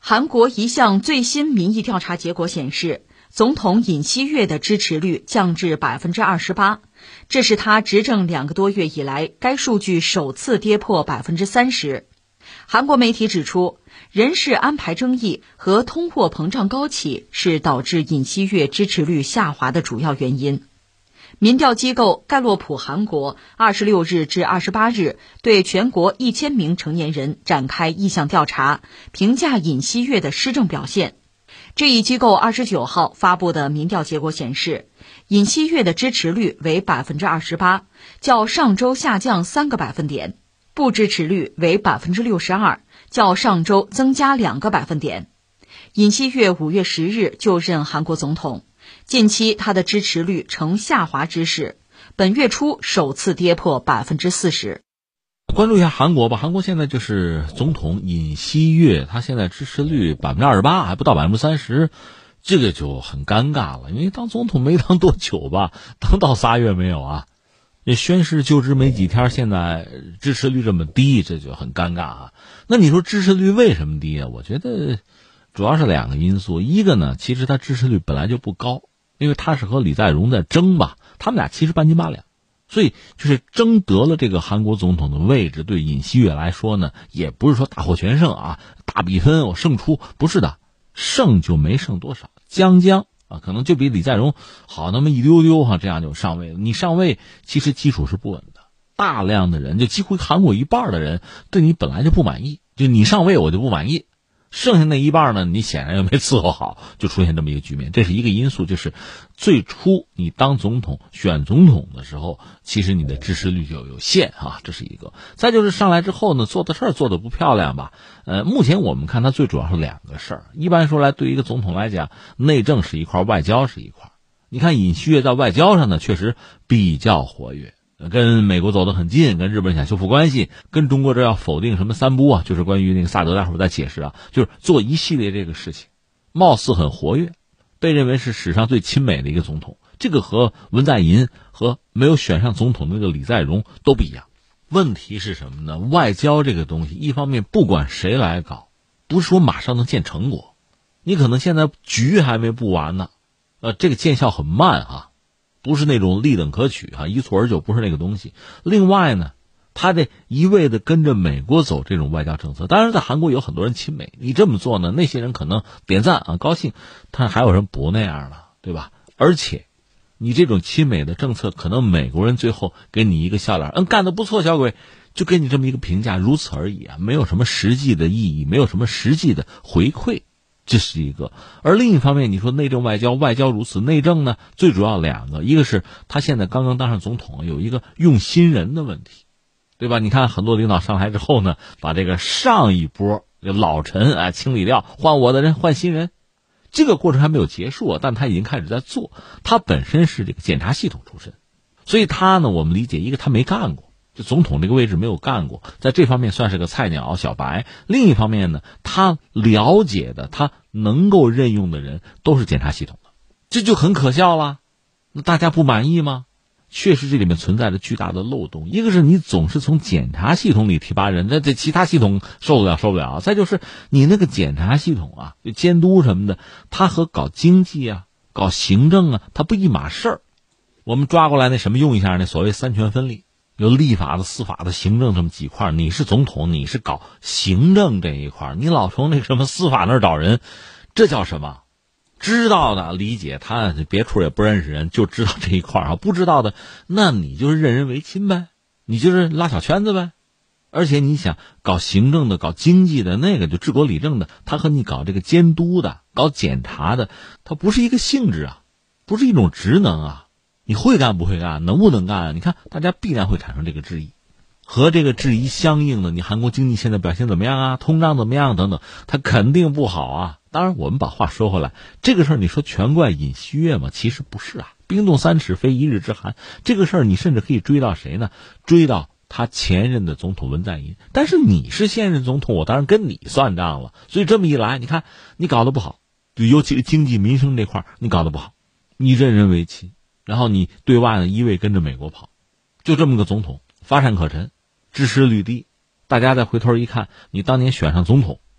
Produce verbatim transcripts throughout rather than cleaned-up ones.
韩国一项最新民意调查结果显示，总统尹锡悦的支持率降至 百分之二十八， 这是他执政两个多月以来该数据首次跌破 百分之三十。 韩国媒体指出，人事安排争议和通货膨胀高企是导致尹锡悦支持率下滑的主要原因。民调机构盖洛普韩国二十六日至二十八日对全国一千名成年人展开意向调查，评价尹锡悦的施政表现。这一机构二十九号发布的民调结果显示，尹锡悦的支持率为 百分之二十八， 较上周下降三个百分点，不支持率为 百分之六十二， 较上周增加两个百分点。尹锡悦五月十日就任韩国总统，近期他的支持率呈下滑之势，本月初首次跌破 百分之四十。 关注一下韩国吧，韩国现在就是总统尹锡悦，他现在支持率 百分之二十八， 还不到 百分之三十， 这个就很尴尬了，因为当总统没当多久吧，当到仨月没有啊，也宣誓就职没几天，现在支持率这么低，这就很尴尬啊。那你说支持率为什么低啊？我觉得主要是两个因素，一个呢，其实他支持率本来就不高，因为他是和李在镕在争吧，他们俩其实半斤八两，所以就是争得了这个韩国总统的位置，对尹锡悦来说呢，也不是说大获全胜啊，大比分我胜出，不是的，胜就没胜多少，将将啊，可能就比李在镕好那么一丢丢哈、啊，这样就上位了。你上位其实基础是不稳的，大量的人就几乎韩国一半的人对你本来就不满意，就你上位我就不满意。剩下那一半呢，你显然又没伺候好，就出现这么一个局面。这是一个因素，就是最初你当总统选总统的时候，其实你的支持率就有限啊，这是一个。再就是上来之后呢，做的事儿做的不漂亮吧。呃，目前我们看它最主要是两个事儿。一般说来，对于一个总统来讲，内政是一块，外交是一块。你看尹锡悦在外交上呢，确实比较活跃。跟美国走得很近，跟日本想修复关系，跟中国这要否定什么三不啊，就是关于那个萨德，待会儿再解释啊，就是做一系列这个事情，貌似很活跃，被认为是史上最亲美的一个总统。这个和文在寅和没有选上总统的那个李在镕都不一样。问题是什么呢？外交这个东西，一方面不管谁来搞，不是说马上能见成果，你可能现在局还没布完呢，呃，这个见效很慢啊。不是那种立等可取啊，一蹴而就，不是那个东西。另外呢，他得一味的跟着美国走这种外交政策。当然，在韩国有很多人亲美，你这么做呢，那些人可能点赞啊，高兴，但还有人不那样了，对吧？而且，你这种亲美的政策，可能美国人最后给你一个笑脸，嗯，干得不错，小鬼，就给你这么一个评价，如此而已啊，没有什么实际的意义，没有什么实际的回馈。这是一个，而另一方面，你说内政外交，外交如此，内政呢，最主要两个，一个是他现在刚刚当上总统，有一个用新人的问题，对吧？你看很多领导上来之后呢，把这个上一波老臣啊清理掉，换我的人，换新人，这个过程还没有结束啊，但他已经开始在做。他本身是这个检察系统出身，所以他呢，我们理解一个他没干过。就总统这个位置没有干过，在这方面算是个菜鸟小白。另一方面呢，他了解的，他能够任用的人都是检察系统的，这就很可笑了。那大家不满意吗？确实这里面存在着巨大的漏洞。一个是你总是从检察系统里提拔人，那这其他系统受不了受不了。再就是你那个检察系统啊，就监督什么的，它和搞经济啊、搞行政啊，它不一码事儿。我们抓过来那什么用一下，那所谓三权分立。有立法的、司法的、行政这么几块，你是总统，你是搞行政这一块，你老从那个什么司法那儿找人，这叫什么？知道的理解他，别处也不认识人，就知道这一块啊。不知道的，那你就是任人唯亲呗，你就是拉小圈子呗。而且你想搞行政的、搞经济的，那个就治国理政的，他和你搞这个监督的、搞检察的，他不是一个性质啊，不是一种职能啊。你会干不会干，能不能干？你看，大家必然会产生这个质疑，和这个质疑相应的，你韩国经济现在表现怎么样啊？通胀怎么样等等，它肯定不好啊。当然，我们把话说回来，这个事儿你说全怪尹锡悦吗？其实不是啊，冰冻三尺非一日之寒。这个事儿你甚至可以追到谁呢？追到他前任的总统文在寅。但是你是现任总统，我当然跟你算账了。所以这么一来，你看你搞得不好，就尤其是经济民生这块你搞得不好，你任人唯亲。然后你对外呢一味跟着美国跑，就这么个总统乏善可陈，支持率低，大家再回头一看，你当年选上总统，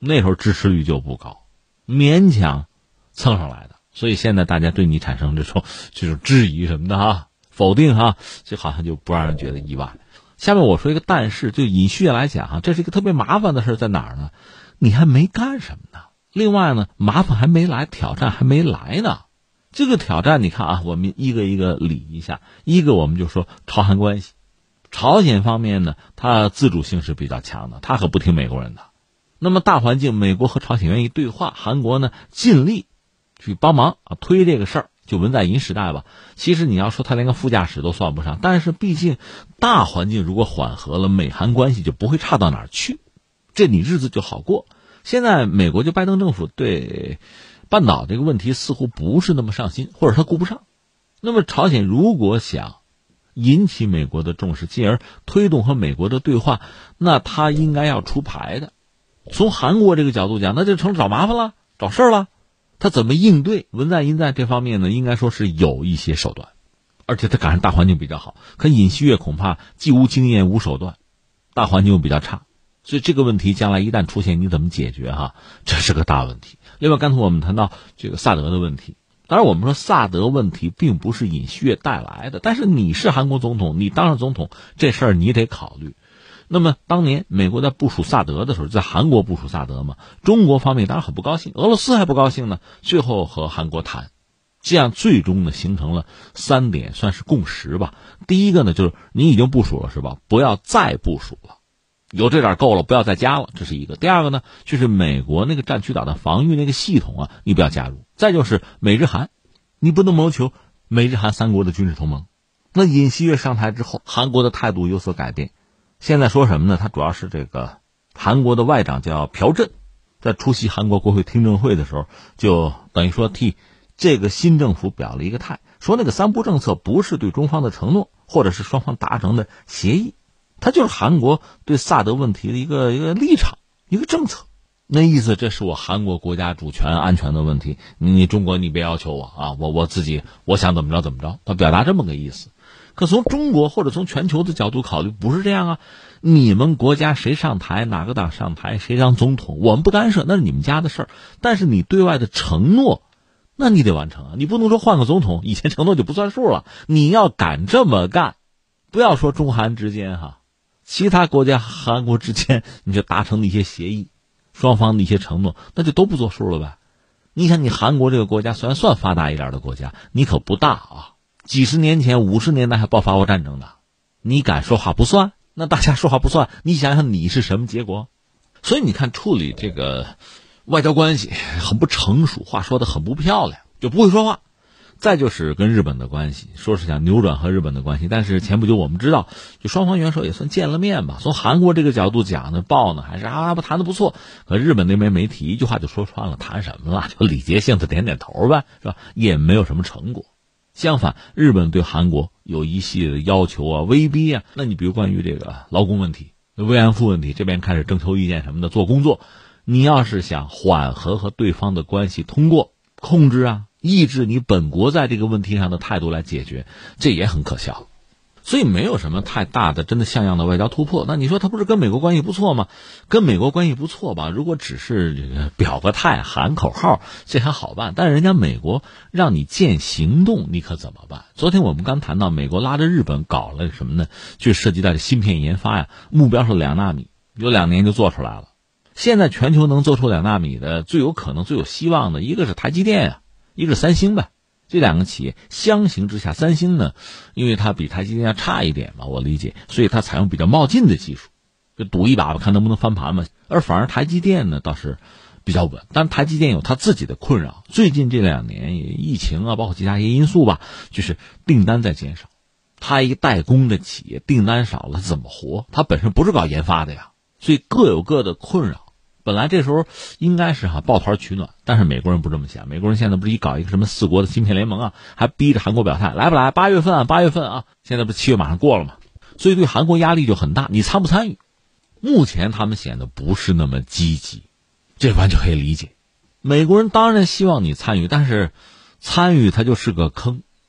那时候支持率就不高，勉强蹭上来的。所以现在大家对你产生这种这种质疑什么的哈，否定哈，这好像就不让人觉得意外。下面我说一个但是，就尹锡悦来讲哈，这是一个特别麻烦的事在哪儿呢？你还没干什么呢，另外呢，麻烦还没来，挑战还没来呢。这个挑战你看啊，我们一个一个理一下。一个我们就说朝韩关系，朝鲜方面呢，它自主性是比较强的，它可不听美国人的。那么大环境，美国和朝鲜愿意对话，韩国呢尽力去帮忙啊推这个事儿，就文在寅时代吧。其实你要说他连个副驾驶都算不上，但是毕竟大环境如果缓和了，美韩关系就不会差到哪儿去，这你日子就好过。现在美国就拜登政府对半岛这个问题似乎不是那么上心，或者他顾不上。那么朝鲜如果想引起美国的重视，进而推动和美国的对话，那他应该要出牌的。从韩国这个角度讲，那就成找麻烦了，找事儿了。他怎么应对？文在寅在这方面呢，应该说是有一些手段，而且他赶上大环境比较好。可尹锡悦恐怕既无经验无手段，大环境又比较差，所以这个问题将来一旦出现，你怎么解决哈？这是个大问题。另外，刚才我们谈到这个萨德的问题，当然我们说萨德问题并不是尹锡悦带来的，但是你是韩国总统，你当上总统，这事儿你得考虑。那么当年美国在部署萨德的时候，在韩国部署萨德嘛，中国方面当然很不高兴，俄罗斯还不高兴呢，最后和韩国谈，这样最终呢形成了三点算是共识吧。第一个呢就是你已经部署了是吧，不要再部署了，有这点够了，不要再加了，这是一个。第二个呢就是美国那个战区导弹防御那个系统啊，你不要加入。再就是美日韩，你不能谋求美日韩三国的军事同盟。那尹锡悦上台之后，韩国的态度有所改变。现在说什么呢？他主要是这个韩国的外长叫朴振，在出席韩国国会听证会的时候，就等于说替这个新政府表了一个态，说那个三不政策不是对中方的承诺，或者是双方达成的协议，它就是韩国对萨德问题的一个一个立场，一个政策。那意思这是我韩国国家主权安全的问题，你中国你别要求我啊，我我自己我想怎么着怎么着，他表达这么个意思。可从中国或者从全球的角度考虑，不是这样啊！你们国家谁上台，哪个党上台，谁当总统，我们不干涉，那是你们家的事儿。但是你对外的承诺，那你得完成啊！你不能说换个总统，以前承诺就不算数了。你要敢这么干，不要说中韩之间哈，其他国家韩国之间，你就达成的一些协议，双方的一些承诺，那就都不作数了呗。你想，你韩国这个国家虽然算发达一点的国家，你可不大啊。几十年前五十年代还爆发过战争的，你敢说话不算？那大家说话不算，你想想你是什么结果？所以你看处理这个外交关系很不成熟，话说得很不漂亮，就不会说话。再就是跟日本的关系，说是想扭转和日本的关系，但是前不久我们知道，就双方元首也算见了面吧。从韩国这个角度讲呢，报呢还是啊不谈得不错，可日本那边媒体一句话就说穿了，谈什么了？就礼节性的点点头呗，是吧？也没有什么成果。相反，日本对韩国有一系列的要求啊、威逼啊。那你比如关于这个劳工问题、慰安妇问题，这边开始征求意见什么的做工作，你要是想缓和和对方的关系，通过控制啊、抑制你本国在这个问题上的态度来解决，这也很可笑。所以没有什么太大的真的像样的外交突破。那你说他不是跟美国关系不错吗？跟美国关系不错吧，如果只是这个表个态喊口号，这还好办，但是人家美国让你见行动，你可怎么办？昨天我们刚谈到美国拉着日本搞了什么呢？就涉及到这芯片研发呀，目标是两纳米，有两年就做出来了。现在全球能做出两纳米的最有可能最有希望的一个是台积电呀，一个是三星呗。这两个企业相形之下，三星呢，因为它比台积电要差一点嘛，我理解，所以它采用比较冒进的技术，就赌一把吧，看能不能翻盘嘛。而反而台积电呢倒是比较稳，但台积电有它自己的困扰，最近这两年也疫情啊，包括其他一些因素吧，就是订单在减少。它一个代工的企业，订单少了怎么活？它本身不是搞研发的呀，所以各有各的困扰。本来这时候应该是哈抱团取暖，但是美国人不这么想。美国人现在不是一搞一个什么四国的芯片联盟啊，还逼着韩国表态，来不来？八月份啊，八月份啊，现在不是七月马上过了嘛，所以对韩国压力就很大。你参不参与？目前他们显得不是那么积极，这完全可以理解。美国人当然希望你参与，但是参与它就是个坑，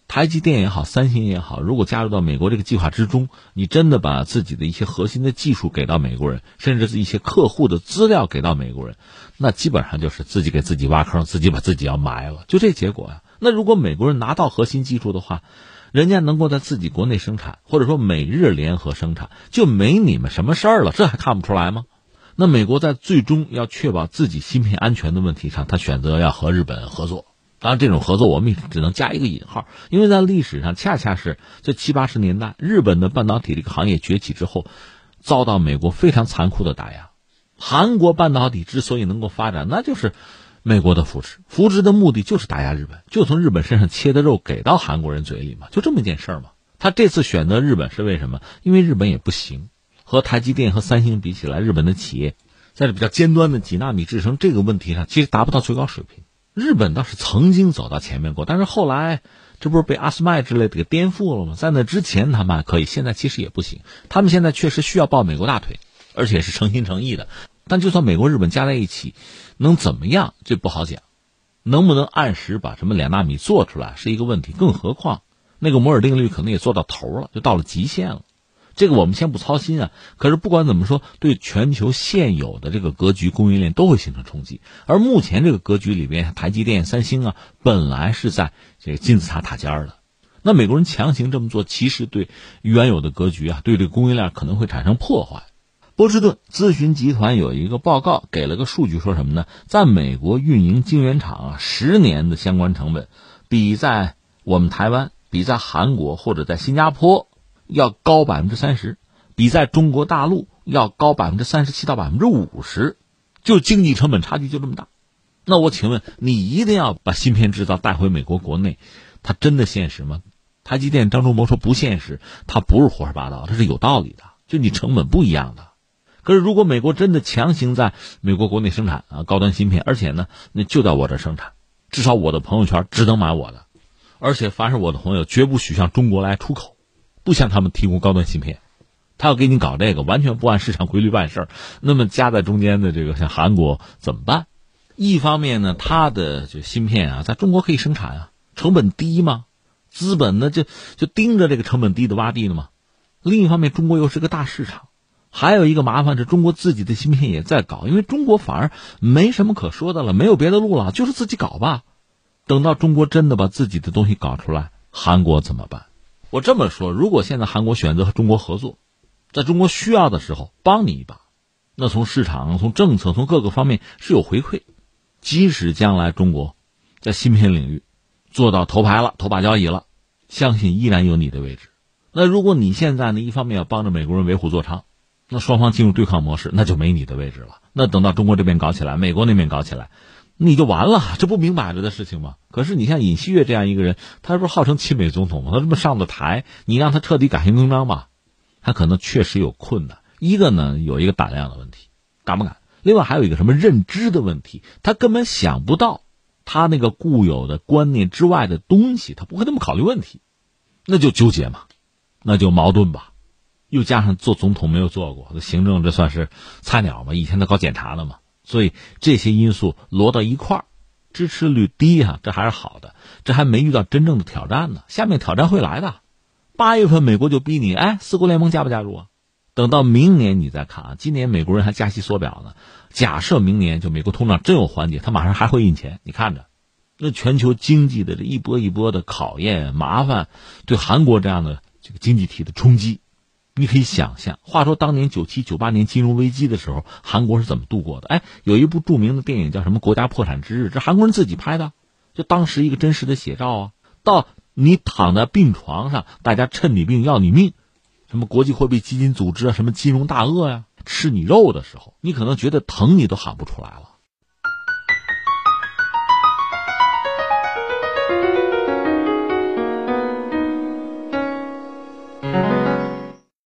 台积电也好，三星也好，如果加入到美国这个计划之中，你真的把自己的一些核心的技术给到美国人，甚至是一些客户的资料给到美国人，那基本上就是自己给自己挖坑，自己把自己要埋了，就这结果呀。那如果美国人拿到核心技术的话，人家能够在自己国内生产，或者说美日联合生产，就没你们什么事儿了，这还看不出来吗？那美国在最终要确保自己芯片安全的问题上，他选择要和日本合作。当然这种合作我们也只能加一个引号，因为在历史上恰恰是这七八十年代日本的半导体这个行业崛起之后，遭到美国非常残酷的打压。韩国半导体之所以能够发展，那就是美国的扶持，扶持的目的就是打压日本，就从日本身上切的肉给到韩国人嘴里嘛，就这么一件事儿嘛。他这次选择日本是为什么？因为日本也不行，和台积电和三星比起来，日本的企业在这比较尖端的几纳米制程这个问题上，其实达不到最高水平。日本倒是曾经走到前面过，但是后来这不是被阿斯麦之类的给颠覆了吗？在那之前他们还可以，现在其实也不行。他们现在确实需要抱美国大腿，而且是诚心诚意的。但就算美国日本加在一起能怎么样，这不好讲。能不能按时把什么两纳米做出来是一个问题，更何况那个摩尔定律可能也做到头了，就到了极限了。这个我们先不操心啊，可是不管怎么说，对全球现有的这个格局供应链都会形成冲击。而目前这个格局里边，台积电、三星啊，本来是在这个金字塔塔尖的。那美国人强行这么做，其实对原有的格局啊，对这个供应链可能会产生破坏。波士顿咨询集团有一个报告给了个数据，说什么呢？在美国运营晶圆厂啊，十年的相关成本，比在我们台湾、比在韩国或者在新加坡要高百分之三十，比在中国大陆要高百分之三十七到百分之五十，就经济成本差距就这么大。那我请问，你一定要把芯片制造带回美国国内，它真的现实吗？台积电张忠谋说不现实，它不是胡说八道，这是有道理的，就你成本不一样的。可是如果美国真的强行在美国国内生产啊高端芯片，而且呢，那就在我这生产，至少我的朋友圈只能买我的，而且凡是我的朋友绝不许向中国来出口，不向他们提供高端芯片，他要给你搞这个，完全不按市场规律办事儿。那么夹在中间的这个像韩国怎么办？一方面呢，它的这芯片啊，在中国可以生产啊，成本低嘛，资本呢就就盯着这个成本低的洼地呢嘛。另一方面，中国又是个大市场，还有一个麻烦是中国自己的芯片也在搞，因为中国反而没什么可说的了，没有别的路了，就是自己搞吧。等到中国真的把自己的东西搞出来，韩国怎么办？我这么说，如果现在韩国选择和中国合作，在中国需要的时候帮你一把，那从市场、从政策、从各个方面是有回馈。即使将来中国在芯片领域做到头牌了、头把交椅了，相信依然有你的位置。那如果你现在呢，一方面要帮着美国人为虎作伥，那双方进入对抗模式，那就没你的位置了。那等到中国这边搞起来，美国那边搞起来，你就完了，这不明摆着的事情吗？可是你像尹锡悦这样一个人，他不是号称亲美总统吗？他这么上的台，你让他彻底改弦更张吧，他可能确实有困难。一个呢，有一个胆量的问题，敢不敢？另外还有一个什么认知的问题，他根本想不到他那个固有的观念之外的东西，他不会那么考虑问题，那就纠结嘛，那就矛盾吧。又加上做总统没有做过，行政这算是菜鸟嘛，以前他搞检察的嘛，所以这些因素摞到一块儿，支持率低啊，这还是好的，这还没遇到真正的挑战呢，下面挑战会来的。八月份美国就逼你，哎，四国联盟加不加入啊？等到明年你再看啊，今年美国人还加息缩表呢，假设明年就美国通胀真有缓解，他马上还会印钱，你看着，那全球经济的这一波一波的考验麻烦，对韩国这样的这个经济体的冲击，你可以想象。话说当年九七九八年金融危机的时候，韩国是怎么度过的？哎，有一部著名的电影叫什么《国家破产之日》，这韩国人自己拍的，就当时一个真实的写照啊。到你躺在病床上，大家趁你病要你命，什么国际货币基金组织啊，什么金融大鳄呀、啊，吃你肉的时候，你可能觉得疼，你都喊不出来了。